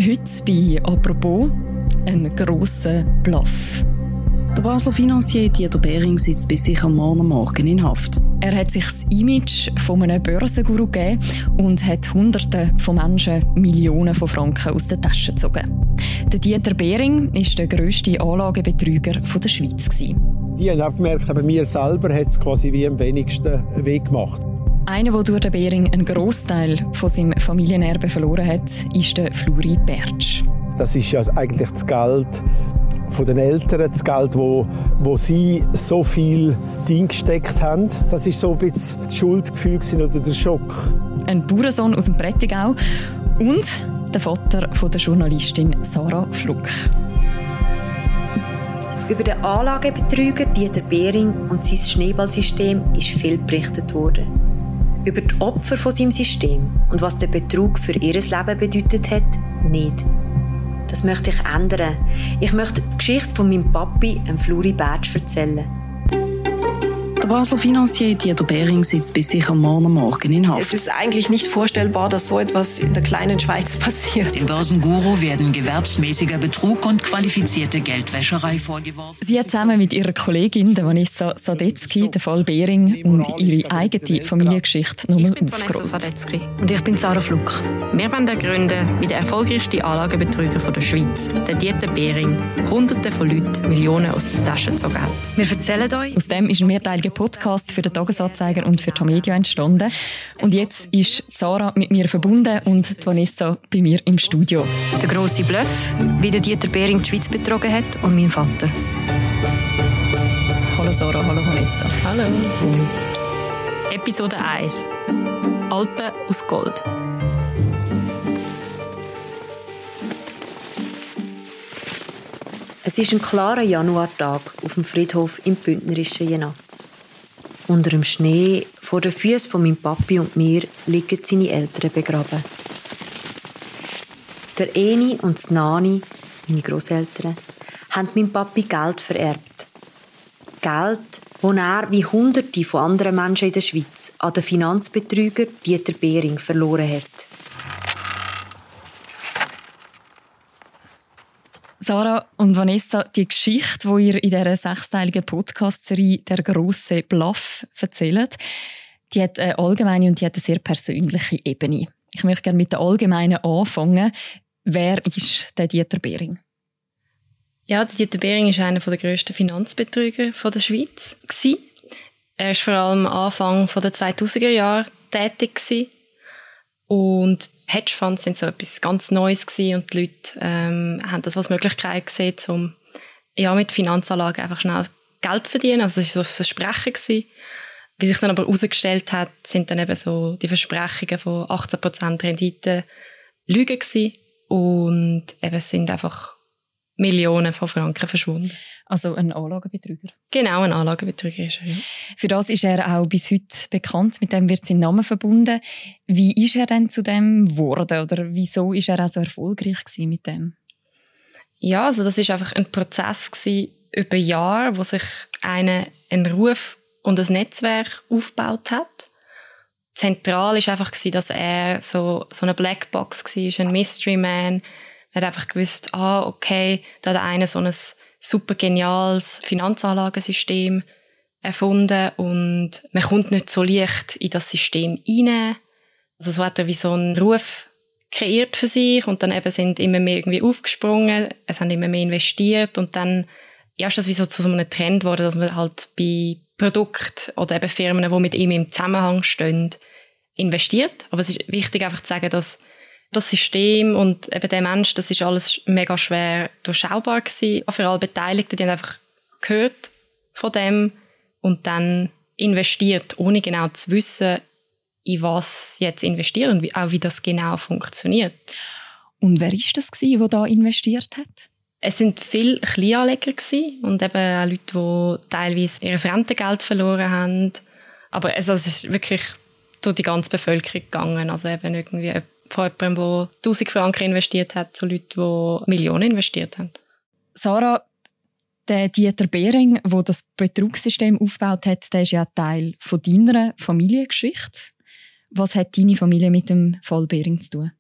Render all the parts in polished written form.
Heute bei «Apropos» ein grosser Bluff. Der Basler Finanzier Dieter Behring sitzt bis sicher morgen in Haft. Er hat sich das Image von einem Börsenguru gegeben und hat Hunderte von Menschen Millionen von Franken aus der Tasche gezogen. Der Dieter Behring war der grösste Anlagebetrüger der Schweiz. Die haben auch gemerkt, aber mir selber hat es quasi wie am wenigsten weggemacht. Einer, der durch den Behring einen Grossteil von seinem Familienerbe verloren hat, ist der Fluri Bertsch. Das ist ja eigentlich das Geld von den Eltern, das Geld, wo sie so viel gesteckt haben. Das war so ein bisschen das Schuldgefühl oder der Schock. Ein Bauernsohn aus dem Prättigau und der Vater von der Journalistin Sarah Fluck. Über den Anlagebetrüger Dieter Behring und sein Schneeballsystem ist viel berichtet worden. Über die Opfer von seinem System und was der Betrug für ihr Leben bedeutet hat, nicht. Das möchte ich ändern. Ich möchte die Geschichte von meinem Papi, Fluri Bertsch, erzählen. Der Basler Finanzier Dieter Behring sitzt bis sicher morgen in Haft. Es ist eigentlich nicht vorstellbar, dass so etwas in der kleinen Schweiz passiert. Dem Börsenguru werden gewerbsmäßiger Betrug und qualifizierte Geldwäscherei vorgeworfen. Sie hat zusammen mit ihrer Kollegin Vanessa Sadetzky den Fall Behring und ihre eigene Familiengeschichte nochmal aufgerollt. Ich bin Vanessa Sadetzky und ich bin Sarah Fluck. Wir wollen gründen wie der erfolgreichste Anlagebetrüger der Schweiz, der Dieter Behring. Hunderte von Leuten Millionen aus den Taschen gezogen hat. Wir erzählen euch. Aus dem ist ein mehrteiliger Podcast für den Tagesanzeiger und für die Tamedia entstanden. Und jetzt ist Sarah mit mir verbunden und die Vanessa bei mir im Studio. Der grosse Bluff, wie der Dieter Behring die Schweiz betrogen hat, und mein Vater. Hallo Sarah, hallo Vanessa. Hallo. Episode 1. Alpen aus Gold. Es ist ein klarer Januartag auf dem Friedhof im bündnerischen Jenatz. Unter dem Schnee vor den Füßen von meinem Papi und mir liegen seine Eltern begraben. Der Eni und das Nani, meine Grosseltern, haben meinem Papi Geld vererbt. Geld, das er wie Hunderte von anderen Menschen in der Schweiz an den Finanzbetrüger Dieter Behring verloren hat. Sarah und Vanessa, die Geschichte, die ihr in dieser 6-teiligen Podcast-Serie «Der grosse Bluff» erzählt, die hat eine allgemeine und die hat eine sehr persönliche Ebene. Ich möchte gerne mit der allgemeinen anfangen. Wer ist der Dieter Behring? Ja, der Dieter Behring war einer der grössten Finanzbetrüger der Schweiz. Er war vor allem am Anfang der 2000er Jahre tätig. Und Hedgefonds waren so etwas ganz Neues gewesen und die Leute haben das als Möglichkeit gesehen, um mit Finanzanlagen einfach schnell Geld zu verdienen. Also das war so ein Versprechen gewesen. Wie sich dann aber herausgestellt hat, sind dann eben so die Versprechungen von 18% Rendite Lügen gewesen. Und eben sind einfach Millionen von Franken verschwunden. Also ein Anlagebetrüger? Genau, ein Anlagebetrüger ist er, ja. Für das ist er auch bis heute bekannt, mit dem wird sein Name verbunden. Wie ist er denn zu dem geworden oder wieso ist er auch so erfolgreich gewesen mit dem? Ja, also das war einfach ein Prozess gewesen, über Jahre, wo sich einen Ruf und ein Netzwerk aufgebaut hat. Zentral war einfach, dass er so eine Blackbox war, ein Mystery Man. Er hat einfach gewusst, okay, da hat einer so ein super geniales Finanzanlagensystem erfunden und man kommt nicht so leicht in das System rein. Also so hat er wie so einen Ruf kreiert für sich und dann eben sind immer mehr irgendwie aufgesprungen, es haben immer mehr investiert und dann ist das wie so zu so einem Trend geworden, dass man halt bei Produkten oder eben Firmen, die mit ihm im Zusammenhang stehen, investiert. Aber es ist wichtig einfach zu sagen, dass das System und eben der Mensch, das ist alles mega schwer durchschaubar gewesen. Für alle Beteiligten, die haben einfach gehört von dem und dann investiert, ohne genau zu wissen, in was sie jetzt investieren und auch wie das genau funktioniert. Und wer war das, der da investiert hat? Es sind viele Kleinanleger und eben auch Leute, die teilweise ihr Rentengeld verloren haben. Aber es ist wirklich durch die ganze Bevölkerung gegangen. Also eben irgendwie von jemandem, der 1000 Franken investiert hat, zu Leuten, die Millionen investiert haben. Sarah, der Dieter Behring, der das Betrugssystem aufgebaut hat, der ist ja Teil von deiner Familiengeschichte. Was hat deine Familie mit dem Fall Behring zu tun?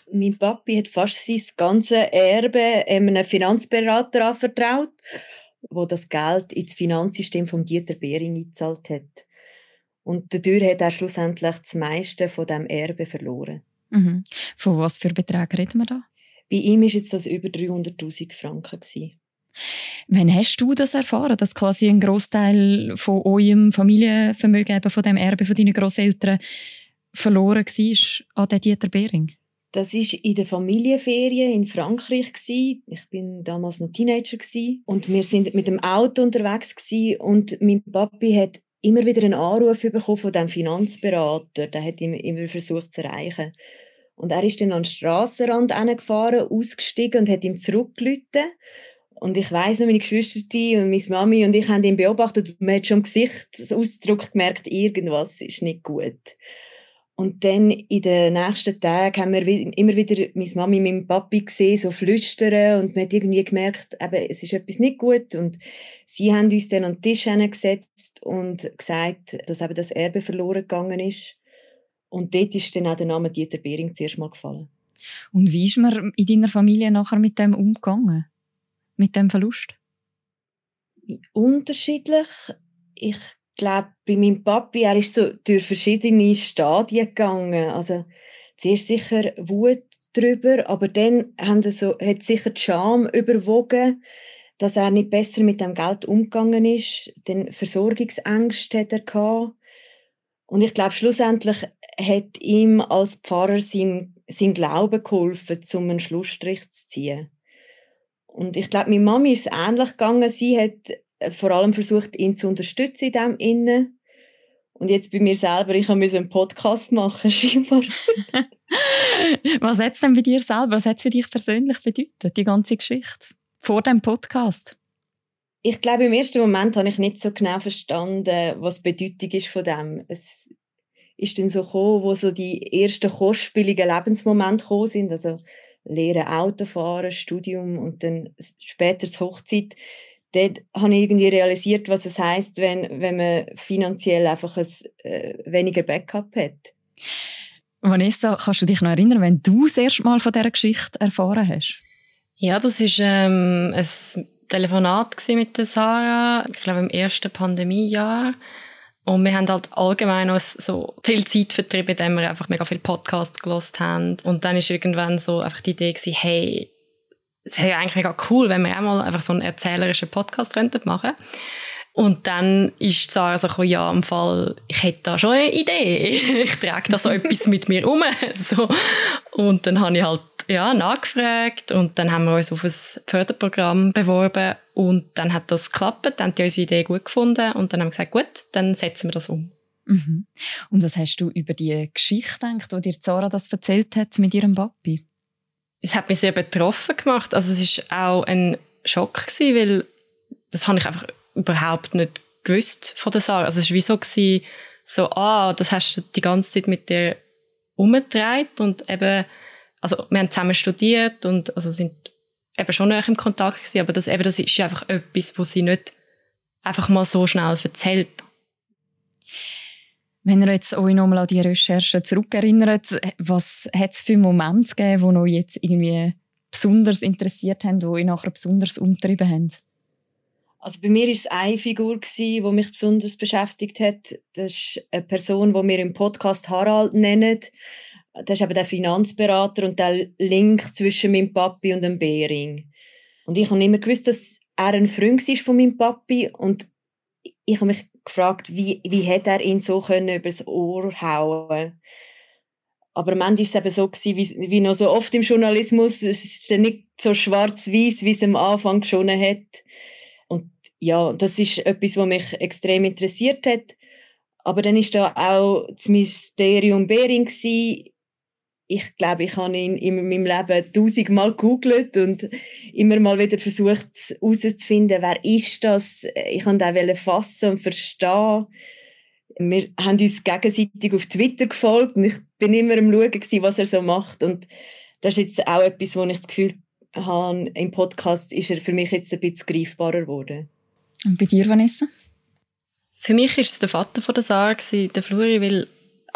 Mein Papi hat fast sein ganzes Erbe einem Finanzberater anvertraut, der das Geld ins Finanzsystem von Dieter Behring eingezahlt hat. Und dadurch hat er schlussendlich das meiste von diesem Erbe verloren. Mhm. Von was für Beträgen reden wir da? Bei ihm war das über 300'000 Franken. Wann hast du das erfahren, dass quasi ein Grossteil von eurem Familienvermögen, eben von dem Erbe von deinen Grosseltern, verloren war an den Dieter Behring? Das war in der Familienferien in Frankreich. Ich war damals noch Teenager und wir sind mit dem Auto unterwegs und mein Papi hat immer wieder einen Anruf bekommen von dem Finanzberater. Der hat ihn immer versucht zu erreichen. Und er ist dann an den Strassenrand gefahren, ausgestiegen und hat ihm zurückgerufen. Und ich weiss noch, meine Geschwister und meine Mami und ich haben ihn beobachtet und man hat schon im Gesichtsausdruck gemerkt, irgendwas ist nicht gut. Und dann in den nächsten Tagen haben wir immer wieder meine Mami und meinen Papi gesehen, so flüstern, und man hat irgendwie gemerkt, eben, es ist etwas nicht gut. Und sie haben uns dann an den Tisch gesetzt und gesagt, dass eben das Erbe verloren gegangen ist. Und dort ist dann auch der Name Dieter Behring zuerst mal gefallen. Und wie ist man in deiner Familie nachher mit dem umgegangen? Mit dem Verlust? Unterschiedlich. Ich glaube, bei meinem Papi, er ist so durch verschiedene Stadien gegangen. Also, zuerst sicher Wut drüber, aber dann hat sicher die Scham überwogen, dass er nicht besser mit dem Geld umgegangen ist. Dann Versorgungsängste hat er gehabt. Und ich glaube, schlussendlich hat ihm als Pfarrer sein Glauben geholfen, um einen Schlussstrich zu ziehen. Und ich glaube, meine Mami ist es ähnlich gegangen. Sie hat vor allem versucht, ihn zu unterstützen in dem Innen. Und jetzt bei mir selber, ich musste einen Podcast machen, scheinbar. Was hat es denn bei dir selber, was hat es für dich persönlich bedeutet, die ganze Geschichte, vor dem Podcast? Ich glaube, im ersten Moment habe ich nicht so genau verstanden, was die Bedeutung ist von dem. Es ist dann so gekommen, wo so die ersten kostspieligen Lebensmomente gekommen sind, also Lehre, Autofahren, Studium und dann später die Hochzeit. Dort habe ich irgendwie realisiert, was es heisst, wenn man finanziell einfach weniger Backup hat. Vanessa, kannst du dich noch erinnern, wenn du das erste Mal von dieser Geschichte erfahren hast? Ja, das war ein Telefonat mit der Sarah, ich glaube im ersten Pandemiejahr. Und wir haben halt allgemein noch so viel Zeit vertrieben, indem wir einfach mega viele Podcasts gehört haben. Und dann ist irgendwann so einfach die Idee gewesen, hey, es wäre ja eigentlich mega cool, wenn wir auch mal einfach so einen erzählerischen Podcast machen könnten. Und dann ist Sarah so gekommen, ja, im Fall, ich hätte da schon eine Idee. Ich trage da so etwas mit mir rum. So. Und dann habe ich halt nachgefragt und dann haben wir uns auf ein Förderprogramm beworben und dann hat das geklappt, dann haben die unsere Idee gut gefunden und dann haben wir gesagt, gut, dann setzen wir das um. Mhm. Und was hast du über die Geschichte gedacht, die dir Sarah das erzählt hat mit ihrem Papi? Es hat mich sehr betroffen gemacht, also es war auch ein Schock gewesen, weil das habe ich einfach überhaupt nicht gewusst von der Sarah. Also es war wie so, das hast du die ganze Zeit mit dir umgetragen und eben, also wir haben zusammen studiert und also sind eben schon näher im Kontakt gewesen, aber das ist einfach etwas, was sie nicht einfach mal so schnell erzählt. Wenn ihr jetzt euch nochmal an die Recherche zurückerinnert, was hat es für Momente gegeben, die euch jetzt irgendwie besonders interessiert haben, die euch nachher besonders umgetrieben haben? Also bei mir war es eine Figur, die mich besonders beschäftigt hat. Das ist eine Person, die wir im Podcast Harald nennen. Das ist eben der Finanzberater und der Link zwischen meinem Papi und dem Behring. Und ich habe immer gewusst, dass er ein Freund ist von meinem Papi. Und ich habe mich gefragt, wie hat er ihn so übers Ohr hauen. Aber am Ende war es eben so, wie noch so oft im Journalismus, es ist dann nicht so schwarz-weiß, wie es am Anfang schon hat. Und ja, das ist etwas, was mich extrem interessiert hat. Aber dann war da auch das Mysterium Behring. Ich glaube, ich habe ihn in meinem Leben 1000-mal gegoogelt und immer mal wieder versucht herauszufinden, wer ist das. Ich wollte ihn fassen und verstehen. Wir haben uns gegenseitig auf Twitter gefolgt und ich bin immer am Schauen, was er so macht. Und das ist jetzt auch etwas, wo ich das Gefühl habe, im Podcast ist er für mich jetzt ein bisschen greifbarer geworden. Und bei dir, Vanessa? Für mich war es der Vater von der Sarah, der Fluri, weil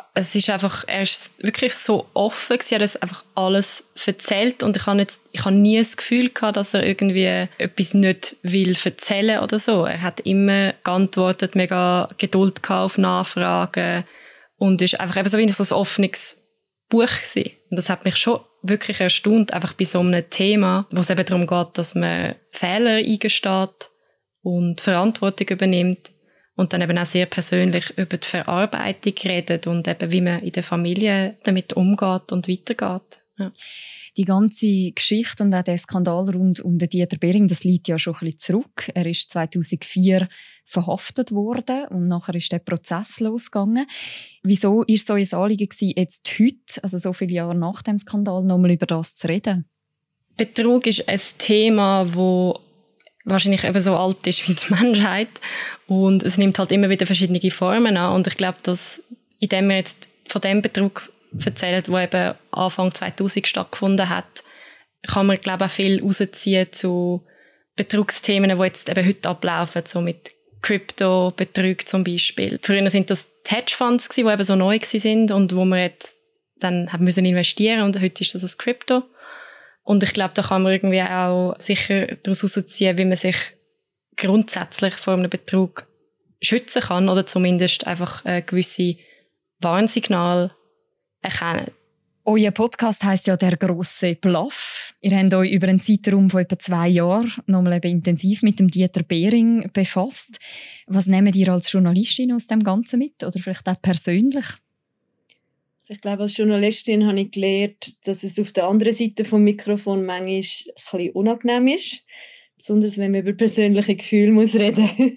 es ist einfach, er ist wirklich so offen gewesen, er hat das einfach alles erzählt und ich habe nie das Gefühl gehabt, dass er irgendwie etwas nicht will erzählen oder so. Er hat immer geantwortet, mega Geduld gehabt auf Nachfragen und ist einfach eben so wie so ein offenes Buch gewesen. Und das hat mich schon wirklich erstaunt, einfach bei so einem Thema, wo es eben darum geht, dass man Fehler eingesteht und Verantwortung übernimmt. Und dann eben auch sehr persönlich über die Verarbeitung redet und eben, wie man in der Familie damit umgeht und weitergeht. Ja. Die ganze Geschichte und auch der Skandal rund um den Dieter Behring, das liegt ja schon ein bisschen zurück. Er ist 2004 verhaftet worden und nachher ist der Prozess losgegangen. Wieso ist so ein Anliegen gewesen, jetzt heute, also so viele Jahre nach dem Skandal, nochmal über das zu reden? Betrug ist ein Thema, das wahrscheinlich eben so alt ist wie die Menschheit und es nimmt halt immer wieder verschiedene Formen an und ich glaube, dass indem wir jetzt von dem Betrug erzählen, der eben Anfang 2000 stattgefunden hat, kann man glaube ich auch viel rausziehen zu Betrugsthemen, die jetzt eben heute ablaufen, so mit Krypto-Betrug zum Beispiel. Früher sind das die Hedgefonds gewesen, die eben so neu sind und wo man jetzt dann haben müssen investieren und heute ist das ein Krypto. Und ich glaube, da kann man irgendwie auch sicher daraus herausziehen, wie man sich grundsätzlich vor einem Betrug schützen kann oder zumindest einfach gewisse Warnsignale erkennen. Euer Podcast heisst ja «Der grosse Bluff». Ihr habt euch über einen Zeitraum von etwa 2 Jahren nochmal eben intensiv mit dem Dieter Behring befasst. Was nehmt ihr als Journalistin aus dem Ganzen mit? Oder vielleicht auch persönlich? Also ich glaube, als Journalistin habe ich gelernt, dass es auf der anderen Seite des Mikrofons manchmal ein bisschen unangenehm ist. Besonders wenn man über persönliche Gefühle reden muss.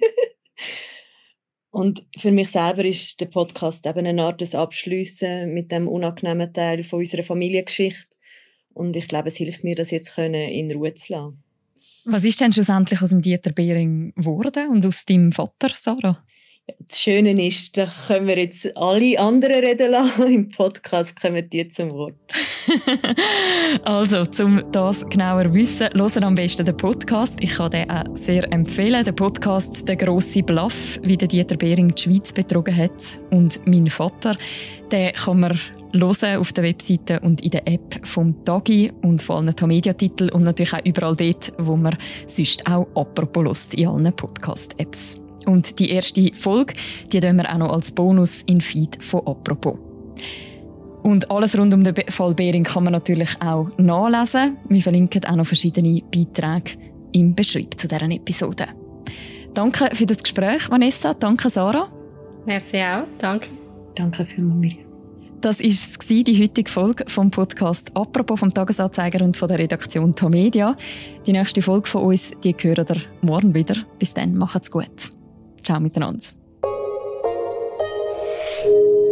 Und für mich selber ist der Podcast eben eine Art des Abschliessen mit dem unangenehmen Teil von unserer Familiengeschichte. Und ich glaube, es hilft mir, das jetzt in Ruhe zu lassen. Was ist denn schlussendlich aus dem Dieter Behring geworden und aus deinem Vater, Sarah? Das Schöne ist, da können wir jetzt alle anderen reden lassen. Im Podcast kommen die zum Wort. Also, um das genauer zu wissen, hört am besten den Podcast. Ich kann den auch sehr empfehlen. Der Podcast «Der grosse Bluff», wie der Dieter Behring die Schweiz betrogen hat. Und mein Vater, den kann man hören auf der Webseite und in der App vom Tagi und vor allem Tamedia-Titel und natürlich auch überall dort, wo man sonst auch «Apropos» hört, in allen Podcast-Apps. Und die erste Folge, die tun wir auch noch als Bonus in Feed von «Apropos». Und alles rund um den Fall Behring kann man natürlich auch nachlesen. Wir verlinken auch noch verschiedene Beiträge im Beschreibung zu dieser Episode. Danke für das Gespräch, Vanessa. Danke, Sarah. Merci auch. Danke. Danke vielmals, Miriam. Das war die heutige Folge vom Podcast «Apropos» vom Tagesanzeiger und von der Redaktion Tamedia. Die nächste Folge von uns, die hören ihr morgen wieder. Bis dann, macht's gut. Ciao miteinander.